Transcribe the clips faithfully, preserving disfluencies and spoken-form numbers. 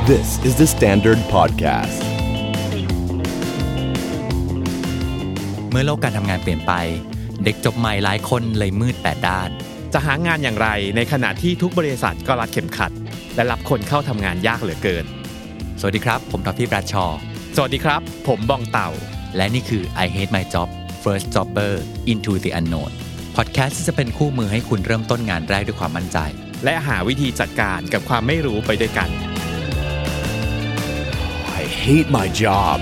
This is the Standard Podcast เมื่อโลกการทำงานเปลี่ยนไปเด็กจบใหม่หลายคนเลยมืดแปดด้านจะหางานอย่างไรในขณะที่ทุกบริษัทก็รัดเข็มขัดและรับคนเข้าทำงานยากเหลือเกินสวัสดีครับผมท็อปปี้ปราชอสวัสดีครับผมบองเต่าและนี่คือ I Hate My Job First Jobber Into the Unknown พอดแคสต์ที่จะเป็นคู่มือให้คุณเริ่มต้นงานแรกด้วยความมั่นใจและหาวิธีจัดการกับความไม่รู้ไปด้วยกัน I hate my job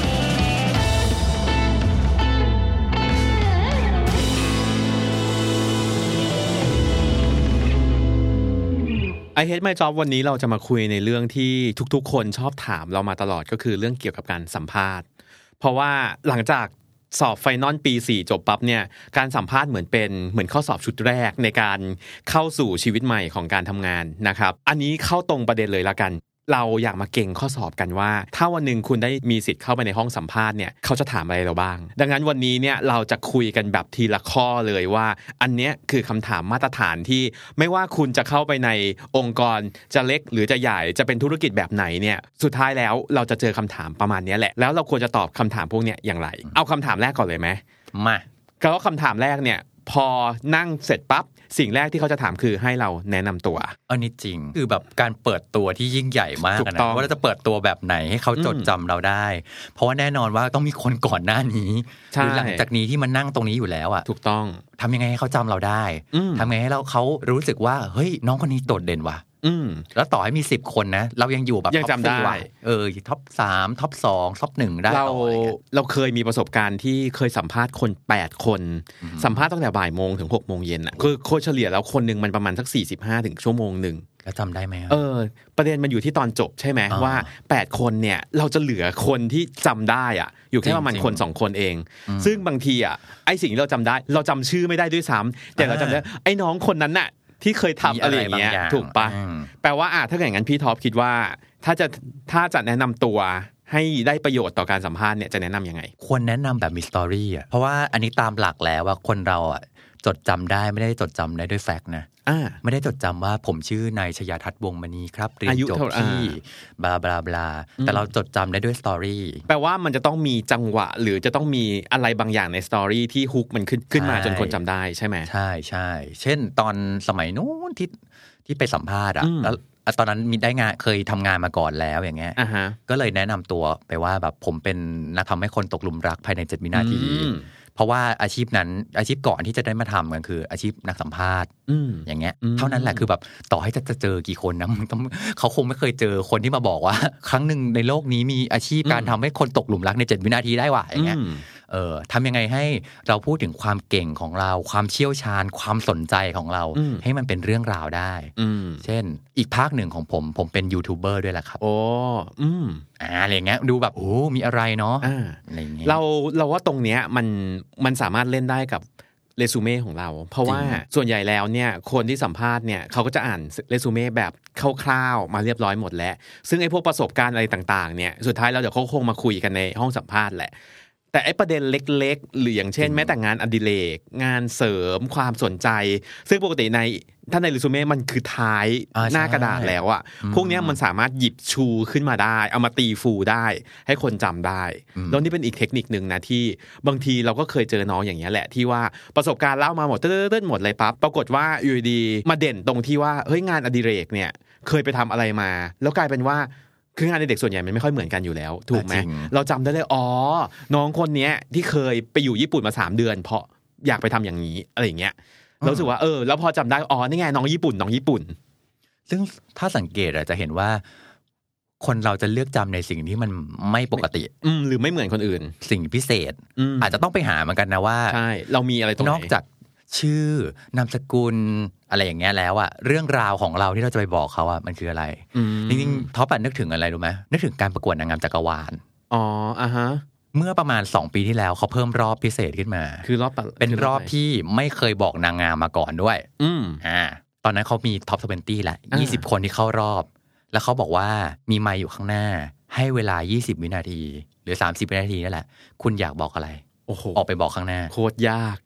I Hate My Job วันนี้เราจะมาคุยในเรื่องที่ทุกๆคนชอบถามเรามาตลอดก็คือเรื่องเกี่ยวกับการสัมภาษณ์เพราะว่าหลังจากสอบไฟนอลปีสี่จบปั๊บเนี่ยการสัมภาษณ์เหมือนเป็นเหมือนข้อสอบชุดแรกในการเข้าสู่ชีวิตใหม่ของการทำงานนะครับอันนี้เข้าตรงประเด็นเลยละกันเราอยากมาเก่งข้อสอบกันว่าถ้าวันหนึ่งคุณได้มีสิทธิ์เข้าไปในห้องสัมภาษณ์เนี่ยเขาจะถามอะไรเราบ้างดังนั้นวันนี้เนี่ยเราจะคุยกันแบบทีละข้อเลยว่าอันเนี้ยคือคำถามมาตรฐานที่ไม่ว่าคุณจะเข้าไปในองค์กรจะเล็กหรือจะใหญ่จะเป็นธุรกิจแบบไหนเนี่ยสุดท้ายแล้วเราจะเจอคำถามประมาณนี้แหละแล้วเราควรจะตอบคำถามพวกเนี้ยอย่างไรเอาคำถามแรกก่อนเลยไหมมาก็ว่าคำถามแรกเนี่ยพอนั่งเสร็จปั๊บสิ่งแรกที่เขาจะถามคือให้เราแนะนำตัวอันนี้จริงคือแบบการเปิดตัวที่ยิ่งใหญ่มากนะว่าเราจะเปิดตัวแบบไหนให้เขาจดจำเราได้เพราะว่าแน่นอนว่าต้องมีคนก่อนหน้านี้หรือหลังจากนี้ที่มันนั่งตรงนี้อยู่แล้วอ่ะถูกต้องทำยังไงให้เขาจำเราได้ทำยังไงให้เราเขารู้สึกว่าเฮ้ยน้องคนนี้โดดเด่นว่ะแล้วต่อให้มีสิบคนนะเรายังอยู่แบบยังจำได้เออท็อปสามท็อปสองท็อปหนึ่งได้เราเราเคยมีประสบการณ์ที่เคยสัมภาษณ์คนแปดคนสัมภาษณ์ตั้งแต่บ่ายโมงถึงหกโมงเย็นอ่ะคือโค้ชเฉลี่ยแล้วคนนึงมันประมาณสักสี่สิบห้าถึงชั่วโมงนึงแล้วจำได้ไหมเออประเด็นมันอยู่ที่ตอนจบใช่ไหมว่าแปดคนเนี่ยเราจะเหลือคนที่จำได้อ่ะอยู่แค่ประมาณคนสองคนเองซึ่งบางทีอ่ะไอ้สิ่งที่เราจำได้เราจำชื่อไม่ได้ด้วยซ้ำแต่เราจำได้ไอ้น้องคนนั้นน่ะที่เคยทำอะไรอย่างเงี้ยถูกปะแปลว่าอ่ะถ้าอย่างนั้นพี่ท็อปคิดว่าถ้าจะถ้าจะแนะนำตัวให้ได้ประโยชน์ต่อการสัมภาษณ์เนี่ยจะแนะนำยังไงควรแนะนำแบบมีสตอรี่อ่ะเพราะว่าอันนี้ตามหลักแล้วว่าคนเราอ่ะจดจำได้ไม่ได้จดจำได้ด้วยแฟกต์นะไม่ได้จดจำว่าผมชื่อนายชยทัศน์วงศ์มณีครับเรียนจบที่บลาบลาบลาแต่เราจดจำได้ด้วยสตอรี่แปลว่ามันจะต้องมีจังหวะหรือจะต้องมีอะไรบางอย่างในสตอรี่ที่ฮุกมันขึ้นขึ้นมาจนคนจำได้ใช่ไหมใช่ใช่เช่นตอนสมัยนู้นที่ที่ไปสัมภาษณ์อ่ะแล้วตอนนั้นมีได้งานเคยทำงานมาก่อนแล้วอย่างเงี้ยก็เลยแนะนำตัวไปว่าแบบผมเป็นนักทำให้คนตกหลุมรักภายในเจ็ดวินาทีเพราะว่าอาชีพนั้นอาชีพก่อนที่จะได้มาทำกันคืออาชีพนักสัมภาษณ์อย่างเงี้ยเท่านั้นแหละคือแบบต่อให้จะจะเจอกี่คนนะมันต้องเขาคงไม่เคยเจอคนที่มาบอกว่าครั้งหนึ่งในโลกนี้มีอาชีพการทำให้คนตกหลุมรักในเจ็ดวินาทีได้ว่ะอย่างเงี้ยเออทำยังไงให้เราพูดถึงความเก่งของเราความเชี่ยวชาญความสนใจของเราให้มันเป็นเรื่องราวได้เช่นอีกภาคหนึ่งของผมผมเป็นยูทูบเบอร์ด้วยแหละครับโอ้อืมอ่าอะไรเงี้ยดูแบบโอ้มีอะไรเนาะอะไรเงี้ยเราเราว่าตรงเนี้ยมันมันสามารถเล่นได้กับเรซูเม่ของเราเพราะว่าส่วนใหญ่แล้วเนี่ยคนที่สัมภาษณ์เนี่ยเขาก็จะอ่านเรซูเม่แบบคร่าวๆมาเรียบร้อยหมดแล้วซึ่งไอ้พวกประสบการณ์อะไรต่างๆเนี่ยสุดท้ายเราเดี๋ยวเขาคงมาคุยกันในห้องสัมภาษณ์แหละแต่ไอ้ประเด็นเล็กๆหรืออย่างเช่นแม้แต่งานอดิเรกงานเสริมความสนใจซึ่งปกติในถ้าในเรซูเม่มันคือท้ายหน้ากระดาษแล้วอ่ะพวกนี้มันสามารถหยิบชูขึ้นมาได้เอามาตีฟูได้ให้คนจำได้แล้วนี่เป็นอีกเทคนิคนึงนะที่บางทีเราก็เคยเจอน้องอย่างเงี้ยแหละที่ว่าประสบการณ์เล่ามาหมดเต้นๆหมดเลยปั๊บปรากฏว่าอยู่ดีมาเด่นตรงที่ว่าเฮ้ยงานอดิเรกเนี่ยเคยไปทำอะไรมาแล้วกลายเป็นว่าคืองานในเด็กส่วนใหญ่มันไม่ค่อยเหมือนกันอยู่แล้วถูกไหมเราจำได้เลยอ๋อน้องคนนี้ที่เคยไปอยู่ญี่ปุ่นมาสามเดือนเพราะอยากไปทำอย่างนี้อะไรอย่างเงี้ยเราสึกว่าเออแล้วพอจำได้อ๋อนี่ไงน้องญี่ปุ่นน้องญี่ปุ่นซึ่งถ้าสังเกตอาจจะเห็นว่าคนเราจะเลือกจำในสิ่งที่มันไม่ปกติอืมหรือไม่เหมือนคนอื่นสิ่งพิเศษอาจจะต้องไปหาเหมือนกันนะว่าใช่เรามีอะไรตรงไหนนอกจากชื่อนามสกุลอะไรอย่างเงี้ยแล้วอะเรื่องราวของเราที่เราจะไปบอกเขาอะมันคืออะไรจริงๆท็อปนึกถึงอะไรรู้ไหมนึกถึงการประกวดนางงามจักรวาลอ๋ออ่ะฮะเมื่อประมาณสองปีที่แล้วเขาเพิ่มรอบพิเศษขึ้นมาคือรอบเป็นรอบที่ไม่เคยบอกนางงามมาก่อนด้วยอืมอ่าตอนนั้นเขามีท็อปยี่สิบแหละยี่สิบคนที่เข้ารอบแล้วเขาบอกว่ามีไมค์อยู่ข้างหน้าให้เวลายี่สิบวินาทีหรือสามสิบวินาทีนั่นแหละคุณอยากบอกอะไรโอ้โหออกไปบอกข้างหน้าโคตรยาก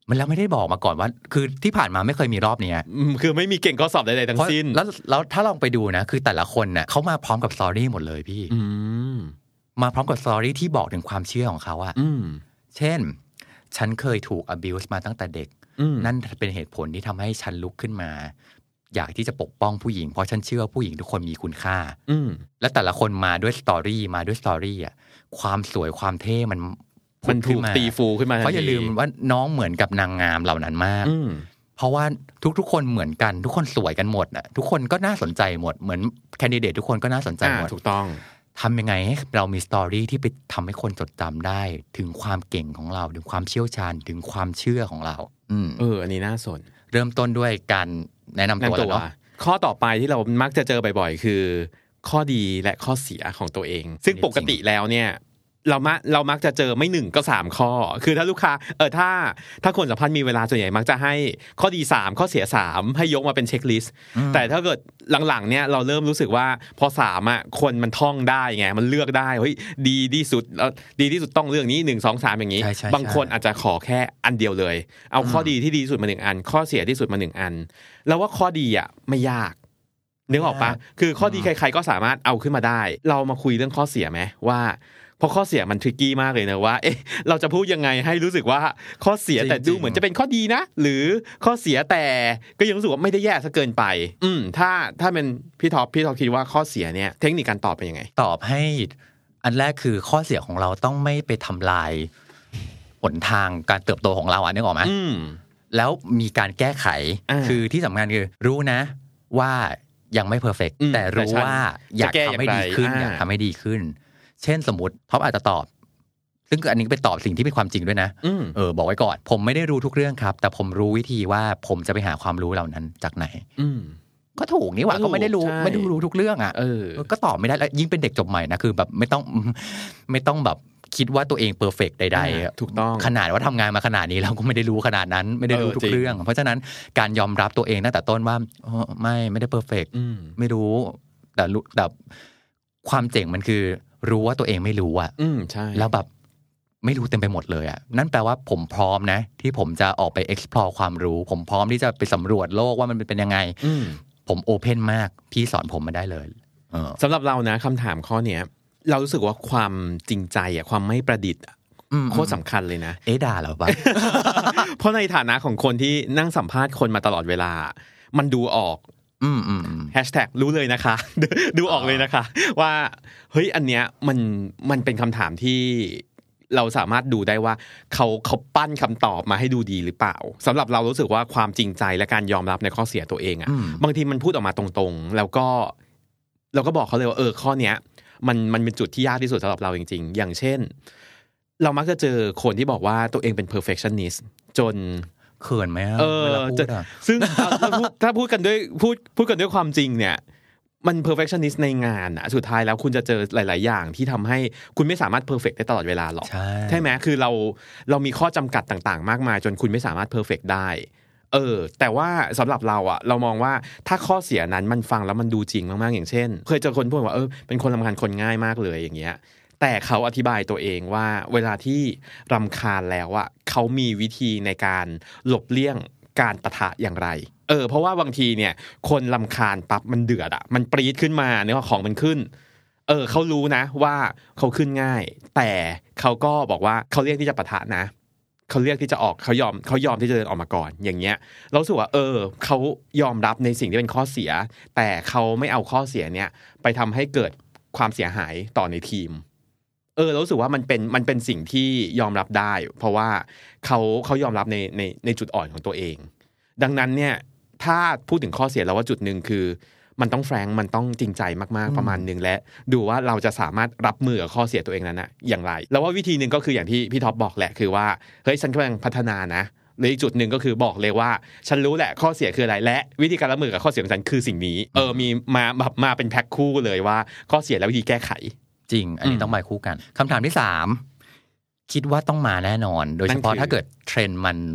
มันแล้วไม่ได้บอกมาก่อนว่าคือที่ผ่านมาไม่เคยมีรอบนี้คือไม่มีเก่งข้อสอบใดๆทั้งสิ้นแล้วแล้วถ้าลองไปดูนะคือแต่ละคนเนี่ยเขามาพร้อมกับสตอรี่หมดเลยพี่มาพร้อมกับสตอรี่ที่บอกถึงความเชื่อของเขาอะเช่นฉันเคยถูก abuse มาตั้งแต่เด็กนั่นเป็นเหตุผลที่ทำให้ฉันลุกขึ้นมาอยากที่จะปกป้องผู้หญิงเพราะฉันเชื่อว่าผู้หญิงทุกคนมีคุณค่าและแต่ละคนมาด้วยสตอรี่มาด้วยสตอรี่อะความสวยความเท่มันมันถูกตีฟูขึ้นมาเพราะอย่าลืมว่าน้องเหมือนกับนางงามเหล่านั้นมากเพราะว่าทุกๆคนเหมือนกันทุกคนสวยกันหมดอ่ะทุกคนก็น่าสนใจหมดเหมือนแคนดิเดตทุกคนก็น่าสนใจหมดถูกต้องทำยังไงให้เรามีสตอรี่ที่ไปทำให้คนจดจำได้ถึงความเก่งของเราถึงความเชี่ยวชาญถึงความเชื่อของเราเอออันนี้น่าสนเริ่มต้นด้วยการแนะนำตัวแล้วเนาะข้อต่อไปที่เรามักจะเจอบ่อยๆคือข้อดีและข้อเสียของตัวเองซึ่งปกติแล้วเนี่ยเรามักเรามักจะเจอไม่หนึ่งก็สามข้อคือถ้าลูกค้าเออถ้าถ้าคนสัมภาษณ์มีเวลาส่วนใหญ่มักจะให้ข้อดีสามข้อเสียสามให้ยกมาเป็นเช็คลิสต์แต่ถ้าเกิดหลังๆเนี่ยเราเริ่มรู้สึกว่าพอสามอ่ะคนมันท่องได้ไงมันเลือกได้เฮ้ยดีที่สุดแล้วดีที่สุดต้องเรื่องนี้หนึ่ง สอง สามอย่างนี้บางคนอาจจะขอแค่อันเดียวเลยเอาข้อดีที่ดีที่สุดมาหนึ่งอันข้อเสียที่สุดมาหนึ่งอันแล้วว่าข้อดีอ่ะไม่ยากนึกออกปะคือข้อดีใครๆก็สามารถเอาขึ้นมาได้เรามาคุยเรื่องข้อเสียไหมว่าเพราะข้อเสียมันทริกกี้มากเลยนะว่าเอ๊ะเราจะพูดยังไงให้รู้สึกว่าข้อเสียแต่ดูเหมือนจะเป็นข้อดีนะหรือข้อเสียแต่ก็ยังรู้สึกว่าไม่ได้แย่ซะเกินไปอืมถ้าถ้าเป็นพี่ท็อปพี่ท็อปคิดว่าข้อเสียเนี่ยเทคนิคการตอบเป็นยังไงตอบให้อันแรกคือข้อเสียของเราต้องไม่ไปทำลายหนทางการเติบโตของเราอ่ะนึกออกไหมแล้วมีการแก้ไขคือที่สำคัญคือรู้นะว่ายังไม่เพอร์เฟกต์แต่รู้ว่าอยากทำให้ดีขึ้นอยากทำให้ดีขึ้นเช่นสมมติท็อปอาจจะตอบซึ่งอันนี้ไปตอบสิ่งที่เป็นความจริงด้วยนะเออบอกไว้ก่อนผมไม่ได้รู้ทุกเรื่องครับแต่ผมรู้วิธีว่าผมจะไปหาความรู้เหล่านั้นจากไหนก็ถูกนี่หว่าก็ไม่ได้รู้ไม่ได้รู้ทุกเรื่องอ่ะเออก็ตอบไม่ได้แล้วยิ่งเป็นเด็กจบใหม่นะคือแบบไม่ต้องไม่ต้องแบบคิดว่าตัวเองเพอร์เฟกต์ใดๆถูกต้องขนาดว่าทำงานมาขนาดนี้เราก็ไม่ได้รู้ขนาดนั้นไม่ได้รู้ทุกเรื่องเพราะฉะนั้นการยอมรับตัวเองตั้งแต่ต้นว่าไม่ไม่ได้เพอร์เฟกต์ไม่รู้แต่แต่ความเจ๋งมันคือรู้ว่าตัวเองไม่รู้อ่ะอืมใช่แล้วแบบไม่รู้เต็มไปหมดเลยอ่ะนั่นแปลว่าผมพร้อมนะที่ผมจะออกไป explore ความรู้ผมพร้อมที่จะไปสำรวจโลกว่ามันเป็นยังไงผมโอเพนมากพี่สอนผมมาได้เลยสำหรับเรานะคำถามข้อเนี้ยเรารู้สึกว่าความจริงใจอ่ะความไม่ประดิษฐ์โคตรสำคัญเลยนะเอ๊ะด่าเหรอปะเพราะในฐานะของคนที่นั่งสัมภาษณ์คนมาตลอดเวลามันดูออกอืมอืมแฮชแท็กรู้เลยนะคะ ดูออกเลยนะคะว่าเฮ้ยอันเนี้ยมันมันเป็นคำถามที่เราสามารถดูได้ว่าเขาเขาปั้นคำตอบมาให้ดูดีหรือเปล่าสำหรับเรารู้สึกว่าความจริงใจและการยอมรับในข้อเสียตัวเองอ่ะบางทีมันพูดออกมาตรงๆแล้วก็เราก็บอกเขาเลยว่าเออข้อเนี้ยมันมันเป็นจุดที่ยากที่สุดสำหรับเราจริงๆอย่างเช่นเรามักจะเจอคนที่บอกว่าตัวเองเป็น perfectionist จนเขินไหมเออซึ่งถ้าพูดถ้าพูดกันด้วยพูดพูดกันด้วยความจริงเนี่ยมัน perfectionist ในงานอะสุดท้ายแล้วคุณจะเจอหลายๆอย่างที่ทำให้คุณไม่สามารถ perfect ได้ตลอดเวลาหรอกใช่ไหมคือเราเรามีข้อจำกัดต่างๆมากมายจนคุณไม่สามารถ perfect ได้เออแต่ว่าสำหรับเราอะเรามองว่าถ้าข้อเสียนั้นมันฟังแล้วมันดูจริงมากๆอย่างเช่นเคยเจอคนพูดว่าเออเป็นคนรำคาญคนง่ายมากเลยอย่างเงี้ยแต่เขาอธิบายตัวเองว่าเวลาที่รำคาญแล้วอะเขามีวิธีในการหลบเลี่ยงการปะทะอย่างไรเออเพราะว่าบางทีเนี่ยคนรำคาญปั๊บมันเดือดอะมันปรี๊ดขึ้นมาเนี่ยของมันขึ้นเออเขารู้นะว่าเขาขึ้นง่ายแต่เขาก็บอกว่าเขาเรียกที่จะปะทะนะเขาเรียกที่จะออกเขายอมเขายอมที่จะเดินออกมาก่อนอย่างเงี้ยเราสึกว่าเออเขายอมรับในสิ่งที่เป็นข้อเสียแต่เขาไม่เอาข้อเสียเนี่ยไปทำให้เกิดความเสียหายต่อในทีมเออเรารู้สึกว่ามันเป็นมันเป็นสิ่งที่ยอมรับได้เพราะว่าเขาเขายอมรับในในในจุดอ่อนของตัวเองดังนั้นเนี่ยถ้าพูดถึงข้อเสียเราว่าจุดนึงคือมันต้องแฟรงค์มันต้องจริงใจมากๆประมาณนึงและดูว่าเราจะสามารถรับมือกับข้อเสียตัวเองนั้นนะอย่างไรแล้วว่าวิธีนึงก็คืออย่างที่พี่ท็อปบอกแหละคือว่าเฮ้ยฉันกำลังพัฒนานะหรืออีกจุดนึงก็คือบอกเลยว่าฉันรู้แหละข้อเสียคืออะไรและวิธีการรับมือกับข้อเสียของฉันคือสิ่งนี้เออมีมาแบบมาเป็นแพ็คคู่เลยว่าข้อเสียและวิธีแก้ไขจริงอันนี้ต้องไปคู่กันคำถามที่สามคิดว่าต้องมาแน่นอนโดยเฉพาะถ้าเกิดเทรนด์มัน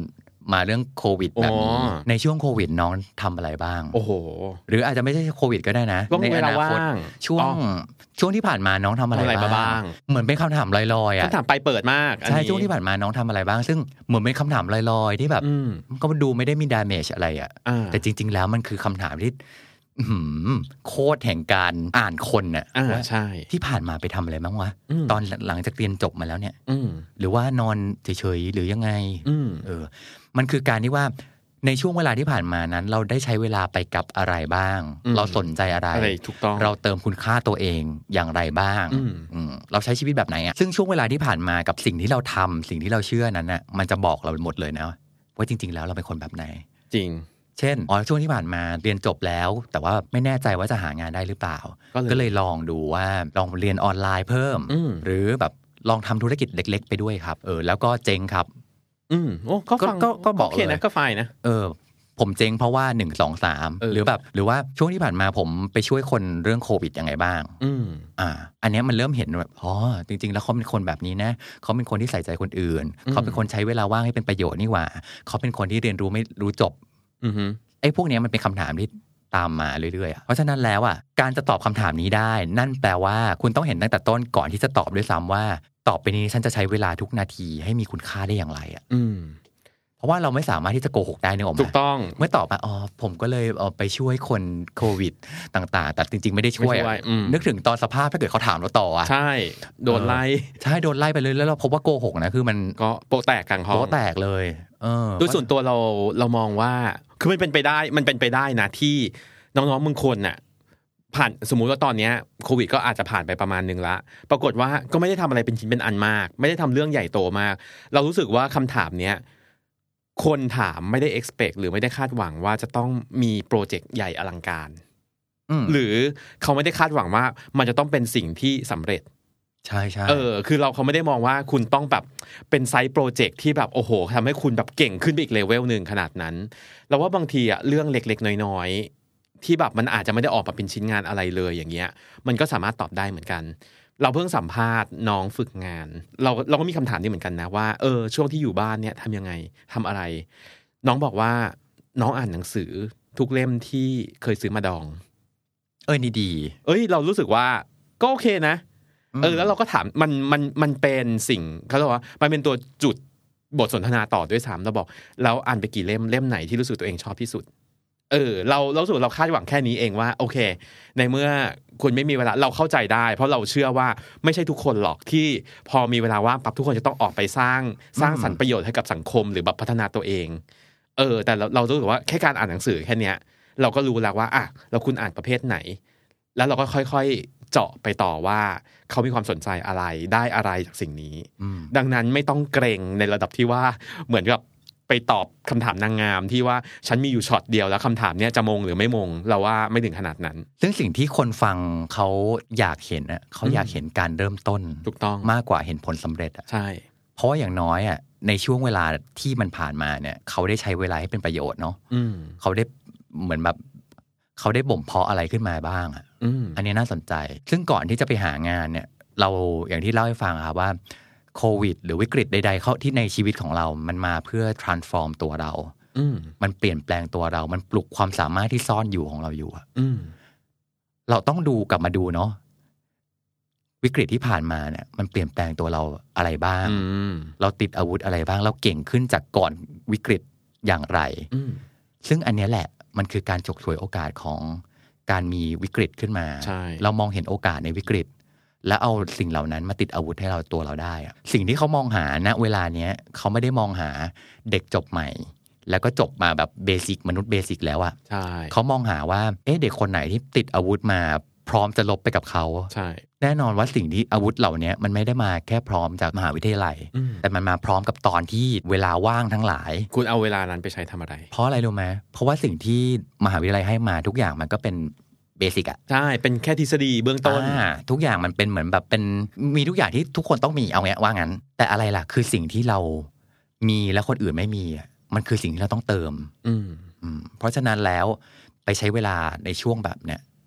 มาเรื่องโควิดแบบนี้ในช่วงโควิดน้องทำอะไรบ้างโอ้โหหรืออาจจะไม่ใช่โควิดก็ได้นะในอนาคตช่วงช่วงที่ผ่านมาน้องทำอะไรบ้างเหมือนเป็นคำถามลอยๆอ่ะคำถามไปเปิดมากใช่ช่วงที่ผ่านมาน้องทำอะไรบ้างซึ่งเหมือนเป็นคำถามลอยๆที่แบบก็ดูไม่ได้มีดาเมจอะไรอ่ะแต่จริงๆแล้วมันคือคำถามที่โคตรแห่งการอ่านคนน่ะว่าใช่ที่ผ่านมาไปทำอะไรบ้างวะตอนหลังจากเรียนจบมาแล้วเนี่ยหรือว่านอนเฉยๆหรือยังไงเออมันคือการที่ว่าในช่วงเวลาที่ผ่านมานั้นเราได้ใช้เวลาไปกับอะไรบ้างเราสนใจอะไรเราเติมคุณค่าตัวเองอย่างไรบ้างเราใช้ชีวิตแบบไหนอ่ะซึ่งช่วงเวลาที่ผ่านมากับสิ่งที่เราทำสิ่งที่เราเชื่อนั้นน่ะมันจะบอกเราหมดเลยนะว่าจริงๆแล้วเราเป็นคนแบบไหนจริงเช่นอ๋อช่วงที่ผ่านมาเรียนจบแล้วแต่ว่าไม่แน่ใจว่าจะหางานได้หรือเปล่าก็เลยลองดูว่าลองเรียนออนไลน์เพิ่มหรือแบบลองทำธุรกิจเล็กๆไปด้วยครับเออแล้วก็เจ๊งครับอืมโอ้ก็ฟังก็บอกเลยนะก็ไฟนะเออผมเจ๊งเพราะว่าหนึ่ง สอง สามหรือแบบหรือว่าช่วงที่ผ่านมาผมไปช่วยคนเรื่องโควิดยังไงบ้างอืมอ่าอันนี้มันเริ่มเห็นแบบอ๋อจริงๆแล้วเขาเป็นคนแบบนี้นะเขาเป็นคนที่ใส่ใจคนอื่นเขาเป็นคนใช้เวลาว่างให้เป็นประโยชน์นี่หว่าเขาเป็นคนที่เรียนรู้ไม่รู้จบอือฮึไอ้พวกนี้มันเป็นคำถามที่ตามมาเรื่อยๆเพราะฉะนั้นแล้วอ่ะการจะตอบคำถามนี้ได้นั่นแปลว่าคุณต้องเห็นตั้งแต่ต้นก่อนที่จะตอบด้วยซ้ำว่าตอบไปนี้ฉันจะใช้เวลาทุกนาทีให้มีคุณค่าได้อย่างไรอ่ะเพราะว่าเราไม่สามารถที่จะโกหกได้นึกออกไหมถูกต้องเมื่อตอบมาอ๋อผมก็เลยเอาไปช่วยคนโควิดต่างๆแต่จริงๆไม่ได้ช่วยนึกถึงตอนสภาพถ้าเกิดเขาถามเราต่ออ่ะใช่โดนไล่ใช่โดนไล่ไปเลยแล้วเราพบว่าโกหกนะคือมันก็โปะแตกกลางห้องโปะแตกเลยเออโดยส่วนตัวเราเรามองว่าคือมันเป็นไปได้มันเป็นไปได้นะที่น้องๆบางคนน่ะผ่านสมมุติว่าตอนนี้โควิดก็อาจจะผ่านไปประมาณนึงละปรากฏว่าก็ไม่ได้ทำอะไรเป็นชิ้นเป็นอันมากไม่ได้ทำเรื่องใหญ่โตมากเรารู้สึกว่าคำถามเนี้ยคนถามไม่ได้ expect หรือไม่ได้คาดหวังว่าจะต้องมีโปรเจกต์ใหญ่อลังการหรือเขาไม่ได้คาดหวังว่ามันจะต้องเป็นสิ่งที่สำเร็จใช่ใช่เออคือเราเขาไม่ได้มองว่าคุณต้องแบบเป็นไซต์โปรเจกต์ที่แบบโอ้โหทำให้คุณแบบเก่งขึ้นไปอีกเลเวลนึงขนาดนั้นเราว่าบางทีอะเรื่องเล็กๆน้อยๆที่แบบมันอาจจะไม่ได้ออกมาเป็นชิ้นงานอะไรเลยอย่างเงี้ยมันก็สามารถตอบได้เหมือนกันเราเพิ่งสัมภาษณ์น้องฝึกงานเราเราก็มีคำถามนี้เหมือนกันนะว่าเออช่วงที่อยู่บ้านเนี่ยทำยังไงทำอะไรน้องบอกว่าน้องอ่านหนังสือทุกเล่มที่เคยซื้อมาดองเออนี่ดีเอ้ยเรารู้สึกว่าก็โอเคนะเออแล้วเราก็ถามมันมันมันเป็นสิ่งเขาเรียกว่ามันเป็นตัวจุดบทสนทนาต่อด้วยซ้ำเราบอกเราอ่านไปกี่เล่มเล่มไหนที่รู้สึกตัวเองชอบที่สุดเออเราเราสึกเราคาดหวังแค่นี้เองว่าโอเคในเมื่อคุณไม่มีเวลาเราเข้าใจได้เพราะเราเชื่อว่าไม่ใช่ทุกคนหรอกที่พอมีเวลาว่างปั๊บทุกคนจะต้องออกไปสร้างสร้างสรรค์ประโยชน์ให้กับสังคมหรือแบบพัฒนาตัวเองเออแต่เราเรารู้สึกว่าแค่การอ่านหนังสือแค่เนี้ยเราก็รู้แล้วว่าอ่ะแล้วคุณอ่านประเภทไหนแล้วเราก็ค่อยๆเจาะไปต่อว่าเขามีความสนใจอะไรได้อะไรจากสิ่งนี้ดังนั้นไม่ต้องเกรงในระดับที่ว่าเหมือนกับไปตอบคำถามนางงามที่ว่าฉันมีอยู่ช็อตเดียวแล้วคำถามเนี้ยจะมงหรือไม่มงเราว่าไม่ถึงขนาดนั้นซึ่งสิ่งที่คนฟังเขาอยากเห็นอ่ะเขาอยากเห็นการเริ่มต้นถูกต้องมากกว่าเห็นผลสำเร็จอ่ะใช่เพราะว่าอย่างน้อยอ่ะในช่วงเวลาที่มันผ่านมาเนี่ยเขาได้ใช้เวลาให้เป็นประโยชน์เนาะเขาได้เหมือนแบบเขาได้บ่มเพาะอะไรขึ้นมาบ้างอ่ะอันนี้น่าสนใจซึ่งก่อนที่จะไปหางานเนี่ยเราอย่างที่เล่าให้ฟังครับว่าโควิดหรือวิกฤตใดๆเข้าที่ในชีวิตของเรามันมาเพื่อ transform ตัวเรามันเปลี่ยนแปลงตัวเรามันปลุกความสามารถที่ซ่อนอยู่ของเราอยู่อ่ะเราต้องดูกลับมาดูเนาะวิกฤตที่ผ่านมาเนี่ยมันเปลี่ยนแปลงตัวเราอะไรบ้างเราติดอาวุธอะไรบ้างเราเก่งขึ้นจากก่อนวิกฤตอย่างไรซึ่งอันนี้แหละมันคือการฉกฉวยโอกาสของการมีวิกฤตขึ้นมาเรามองเห็นโอกาสในวิกฤตแล้วเอาสิ่งเหล่านั้นมาติดอาวุธให้เราตัวเราได้อะสิ่งที่เขามองหาณเวลาเนี้ยเขาไม่ได้มองหาเด็กจบใหม่แล้วก็จบมาแบบเบสิกมนุษย์เบสิกแล้วอะใช่เขามองหาว่าเอ๊ะเด็กคนไหนที่ติดอาวุธมาพร้อมจะลบไปกับเขาใช่แน่นอนว่าสิ่งที่อาวุธเหล่านี้มันไม่ได้มาแค่พร้อมจากมหาวิทยาลัยแต่มันมาพร้อมกับตอนที่เวลาว่างทั้งหลายคุณเอาเวลานั้นไปใช้ทำอะไรเพราะอะไรรู้ไหมเพราะว่าสิ่งที่มหาวิทยาลัยให้มาทุกอย่างมันก็เป็นเบสิกอ่ะใช่เป็นแค่ทฤษฎีเบื้องต้นทุกอย่างมันเป็นเหมือนแบบเป็นมีทุกอย่างที่ทุกคนต้องมีเอาเงี้ยว่างั้นแต่อะไรล่ะคือสิ่งที่เรามีแล้วคนอื่นไม่มีมันคือสิ่งที่เราต้องเติมอืมอืมเพราะฉะนั้นแล้วไปใช้เวลาในช่วงแบบเนี้ย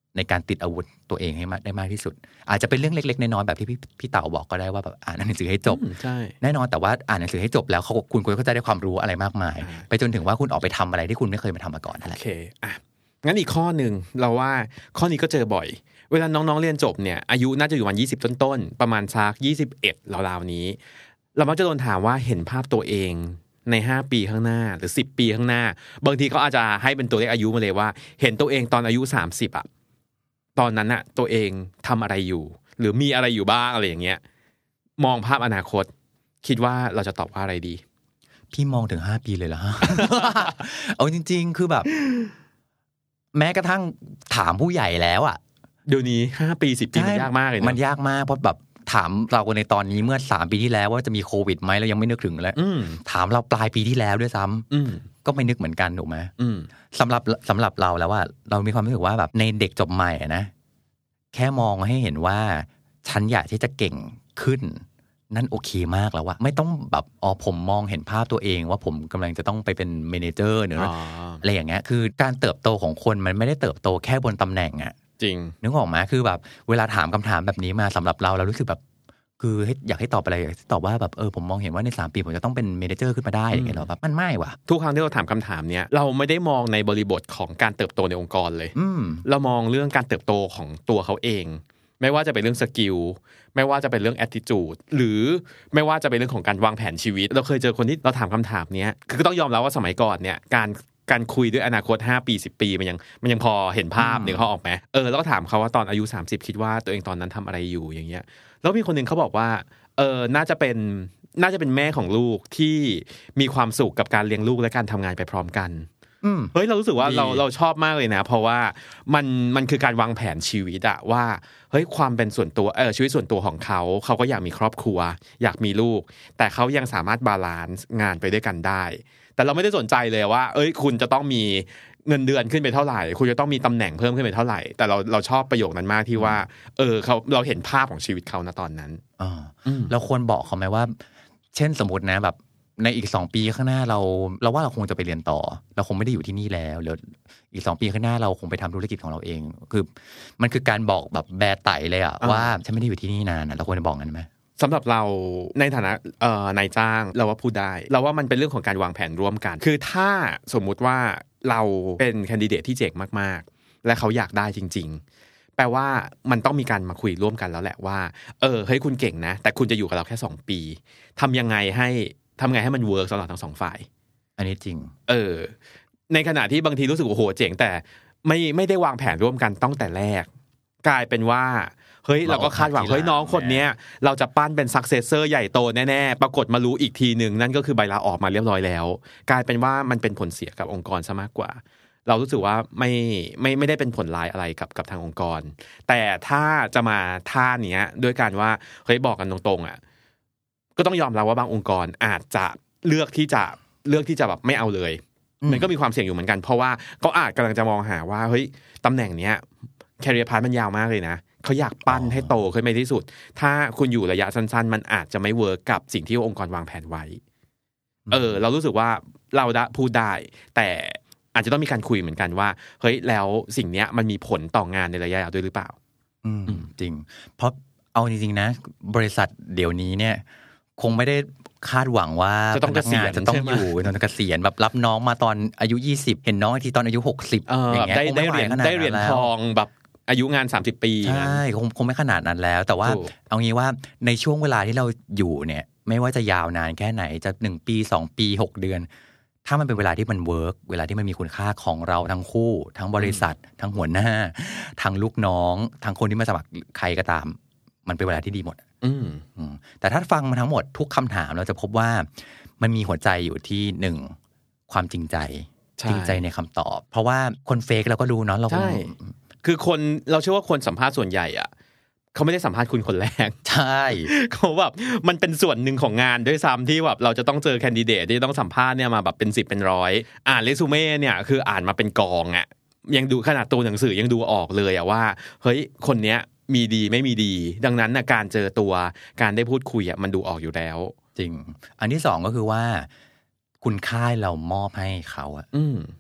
ในการติดอาวุธตัวเองให้มากได้มากที่สุดอาจจะเป็นเรื่องเล็กๆน้อยๆแบบที่พี่พี่เต่าบอกก็ได้ว่าแบบอ่านหนังสือให้จบแน่นอนแต่ว่าอ่านหนังสือให้จบแล้วเขาคุณคุณก็จะได้ความรู้อะไรมากมายไปจนถึงว่าคุณออกไปทำอะไรที่คุณไม่เคยมาทำมาก่อนนั่นแหละโอเคอ่ะงั้นอีกข้อหนึ่งเราว่าข้อนี้ก็เจอบ่อยเวลาน้องๆเรียนจบเนี่ยอายุน่าจะอยู่ประมาณยี่สิบต้นๆประมาณสักยี่สิบเอ็ดราวๆนี้เรามักจะโดนถามว่าเห็นภาพตัวเองในห้าปีข้างหน้าหรือสิบปีข้างหน้าบางทีเขาอาจจะให้เป็นตัวเลขอายุมาเลยว่าเห็นตัวเองตอนอายุสามสิบอ่ะตอนนั้นน่ะตัวเองทำอะไรอยู่หรือมีอะไรอยู่บ้างอะไรอย่างเงี้ยมองภาพอนาคตคิดว่าเราจะตอบว่าอะไรดีพี่มองถึงห้าปีเลยเหรอฮะ เอาจริงๆคือแบบแม้กระทั่งถามผู้ใหญ่แล้วอ่ะเดี๋ยวนี้ห้าปีสิบปีมันยากมากเลยนะมันยากมากเพราะแบบถามเราในตอนนี้เมื่อสามปีที่แล้วว่าจะมีโควิดไหมเรายังไม่นึกถึงเลยถามเราปลายปีที่แล้วด้วยซ้ำก็ไม่นึกเหมือนกันถูกไหมสำหรับสำหรับเราแล้วว่าเรามีความรู้สึกว่าแบบในเด็กจบใหม่นะแค่มองให้เห็นว่าฉันอยากที่จะเก่งขึ้นนั่นโอเคมากแล้วว่าไม่ต้องแบบอ๋อผมมองเห็นภาพตัวเองว่าผมกำลังจะต้องไปเป็นเมเนเจอร์หรืออะไรอย่างเงี้ยคือการเติบโตของคนมันไม่ได้เติบโตแค่บนตำแหน่งอะจริงนึกออกไหมคือแบบเวลาถามคำถามแบบนี้มาสำหรับเราเรารู้สึกแบบคืออยากให้ตอบอะไรตอบว่าแบบเออผมมองเห็นว่าในสามปีผมจะต้องเป็นเมเนเจอร์ขึ้นมาได้อย่างเงี้ยหรอแบบมันไม่ว่ะทุกครั้งที่เราถามคำถามเนี้ยเราไม่ได้มองในบริบทของการเติบโตในองค์กรเลยเรามองเรื่องการเติบโตของตัวเขาเองไม่ว่าจะเป็นเรื่องสกิลไม่ว่าจะเป็นเรื่อง attitude หรือไม่ว่าจะเป็นเรื่องของการวางแผนชีวิตเราเคยเจอคนที่เราถามคำถามเนี้ยคือต้องยอมรับว่าสมัยก่อนเนี่ยการการคุยด้วยอนาคตห้าปีสิบปีมันยังมันยังพอเห็นภาพนึกเขาออกมั้ยเออแล้วก็ถามเขาว่าตอนอายุสามสิบคิดว่าตัวเองตอนนั้นทำอะไรอยู่อย่างเงี้ยแล้วมีคนนึงเขาบอกว่าเออน่าจะเป็นน่าจะเป็นแม่ของลูกที่มีความสุขกับการเลี้ยงลูกและการทำงานไปพร้อมกันเฮ้ยเรารู้สึกว่าเราเราชอบมากเลยนะเพราะว่ามันมันคือการวางแผนชีวิตอะว่าเฮ้ยความเป็นส่วนตัวเออชีวิตส่วนตัวของเขาเขาก็อยากมีครอบครัวอยากมีลูกแต่เขายังสามารถบาลานซ์งานไปด้วยกันได้แต่เราไม่ได้สนใจเลยว่าเอ้ยคุณจะต้องมีเงินเดือนขึ้นไปเท่าไหร่คุณจะต้องมีตำแหน่งเพิ่มขึ้นไปเท่าไหร่แต่เราเราชอบประโยคนั้นมากที่ว่าเออเขาเราเห็นภาพของชีวิตเขาณตอนนั้นอ๋อเราควรบอกเขาไหมว่าเช่นสมมตินะแบบในอีกสองปีข้างหน้าเราเราว่าเราคงจะไปเรียนต่อเราคงไม่ได้อยู่ที่นี่แล้วหรืออีกสองปีข้างหน้าเราคงไปทำธุรกิจของเราเองคือมันคือการบอกแบบแบร์ไตเลยอะว่าฉันไม่ได้อยู่ที่นี่นานเราควรจะบอกงั้นไหมสำหรับเราในฐานะนายจ้างเราว่าพูดได้เราว่ามันเป็นเรื่องของการวางแผนร่วมกันคือถ้าสมมุติว่าเราเป็นแคนดิเดตที่เจ๋งมากๆและเขาอยากได้จริงๆแปลว่ามันต้องมีการมาคุยร่วมกันแล้วแหละว่าเออเฮ้ยคุณเก่งนะแต่คุณจะอยู่กับเราแค่สองปีทำยังไงให้ทำไงให้มันเวิร์กสำหรับทั้งสองฝ่ายอันนี้จริงเออในขณะที่บางทีรู้สึกโอ้โหเจ๋งแต่ไม่ไม่ได้วางแผนร่วมกันตั้งแต่แรกกลายเป็นว่าเฮ้ยเราก็คาดหวังเฮ้ยน้องคนนี้เราจะปั้นเป็นซักเซสเซอร์ใหญ่โตแน่ๆปรากฏมารู้อีกทีนึงนั่นก็คือใบลาออกมาเรียบร้อยแล้วกลายเป็นว่ามันเป็นผลเสียกับองค์กรซะมากกว่าเรารู้สึกว่าไม่ไม่ไม่ได้เป็นผลร้ายอะไรกับกับทางองค์กรแต่ถ้าจะมาท่าเนี้ยด้วยการว่าเฮ้ยบอกกันตรงๆอ่ะก็ต้องยอมรับว่าบางองค์กรอาจจะเลือกที่จะเลือกที่จะแบบไม่เอาเลยมันก็มีความเสี่ยงอยู่เหมือนกันเพราะว่าเขาอาจกำลังจะมองหาว่าเฮ้ยตำแหน่งเนี้ยแคเรียร์พาธมันยาวมากเลยนะเขาอยากปั้นให้โตขึ้นไปที่สุดถ้าคุณอยู่ระยะสั้นๆมันอาจจะไม่เวิร์กกับสิ่งที่องค์กรวางแผนไว้เออเรารู้สึกว่าเราได้พูดได้แต่อาจจะต้องมีการคุยเหมือนกันว่าเฮ้ยแล้วสิ่งเนี้ยมันมีผลต่องานในระยะยาวด้วยหรือเปล่าอืมจริงเพราะเอาจริงๆนะบริษัทเดี๋ยวนี้เนี่ยคงไม่ได้คาดหวังว่าพนักงานจะต้องอยู่จนเกษียณแบบรับน้องมาตอนอายุยี่สิบเห็นน้องทีตอนอายุหกสิบอย่างเงี้ยได้ได้เหรียญได้เหรียญทองแบบอายุงานสามสิบปีใช่คงคงไม่ขนาดนั้นแล้วแต่ว่าเอางี้ว่าในช่วงเวลาที่เราอยู่เนี่ยไม่ว่าจะยาวนานแค่ไหนจะหนึ่งปีสองปีหกเดือนถ้ามันเป็นเวลาที่มันเวิร์กเวลาที่มันมีคุณค่าของเราทั้งคู่ทั้งบริษัททั้งหัวหน้าทั้งลูกน้องทั้งคนที่มาสมัครใครก็ตามมันเป็นเวลาที่ดีหมดอืมแต่ถ้าฟังมาทั้งหมดทุกคำถามเราจะพบว่ามันมีหัวใจอยู่ที่หนึ่งความจริงใจจริงใจในคำตอบเพราะว่าคนเฟกเราก็รู้เนาะเราคือคนเราเชื่อว่าคนสัมภาษณ์ส่วนใหญ่อ่ะเขาไม่ได้สัมภาษณ์คุณคนแรกใช่เขาแบบมันเป็นส่วนหนึ่งของงานด้วยซ้ำที่แบบเราจะต้องเจอแคนดิเดตที่ต้องสัมภาษณ์เนี่ยมาแบบเป็นสิบเป็นร้อยอ่านเรซูเม่เนี่ยคืออ่านมาเป็นกองอ่ะยังดูขนาดตัวหนังสือยังดูออกเลยอ่ะว่าเฮ้ยคนเนี้ยมีดีไม่มีดีดังนั้นนะการเจอตัวการได้พูดคุยอ่ะมันดูออกอยู่แล้วจริงอันที่สองก็คือว่าคุณค่าเรามอบให้เขาอ่ะ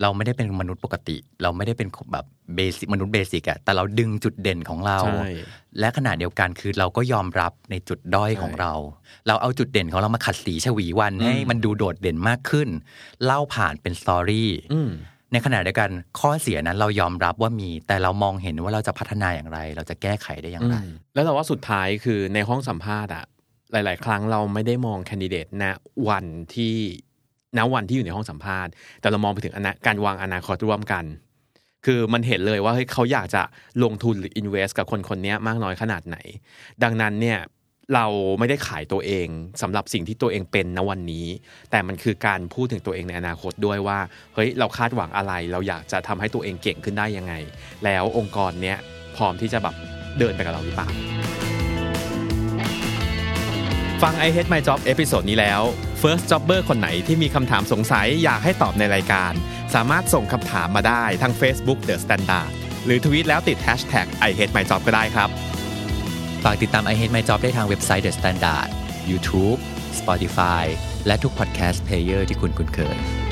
เราไม่ได้เป็นมนุษย์ปกติเราไม่ได้เป็นแบบเบสิกมนุษย์เบสิกอะแต่เราดึงจุดเด่นของเราและขณะเดียวกันคือเราก็ยอมรับในจุดด้อยของเราเราเอาจุดเด่นของเรามาขัดสีฉวีวันให้มันดูโดดเด่นมากขึ้นเล่าผ่านเป็นสตอรี่ในขณะเดียวกันข้อเสียนั้นเรายอมรับว่ามีแต่เรามองเห็นว่าเราจะพัฒนาอย่างไรเราจะแก้ไขได้อย่างไรแล้วเราว่าสุดท้ายคือในห้องสัมภาษณ์อะหลายๆครั้งเราไม่ได้มองแคนดิเดตณวันที่ณวันที่อยู่ในห้องสัมภาษณ์แต่เรามองไปถึงการวางอนาคตร่วมกันคือมันเห็นเลยว่าเฮ้ยเขาอยากจะลงทุนหรือ invest กับคนคนนี้มากน้อยขนาดไหนดังนั้นเนี่ยเราไม่ได้ขายตัวเองสำหรับสิ่งที่ตัวเองเป็นณวันนี้แต่มันคือการพูดถึงตัวเองในอนาคตด้วยว่าเฮ้ยเราคาดหวังอะไรเราอยากจะทำให้ตัวเองเก่งขึ้นได้ยังไงแล้วองค์กรเนี้ยพร้อมที่จะแบบเดินไปกับเราหรือเปล่าฟัง I Hate My Job เอพิโซดนี้แล้ว First Jobber คนไหนที่มีคำถามสงสัยอยากให้ตอบในรายการสามารถส่งคำถามมาได้ทาง Facebook The Standard หรือทวีตแล้วติด แฮชแท็ก ไอ เฮท ไม จ็อบ ก็ได้ครับฝากติดตาม I Hate My Job ได้ทางเว็บไซต์ The Standard YouTube Spotify และทุก Podcast Player ที่คุณคุ้นเคย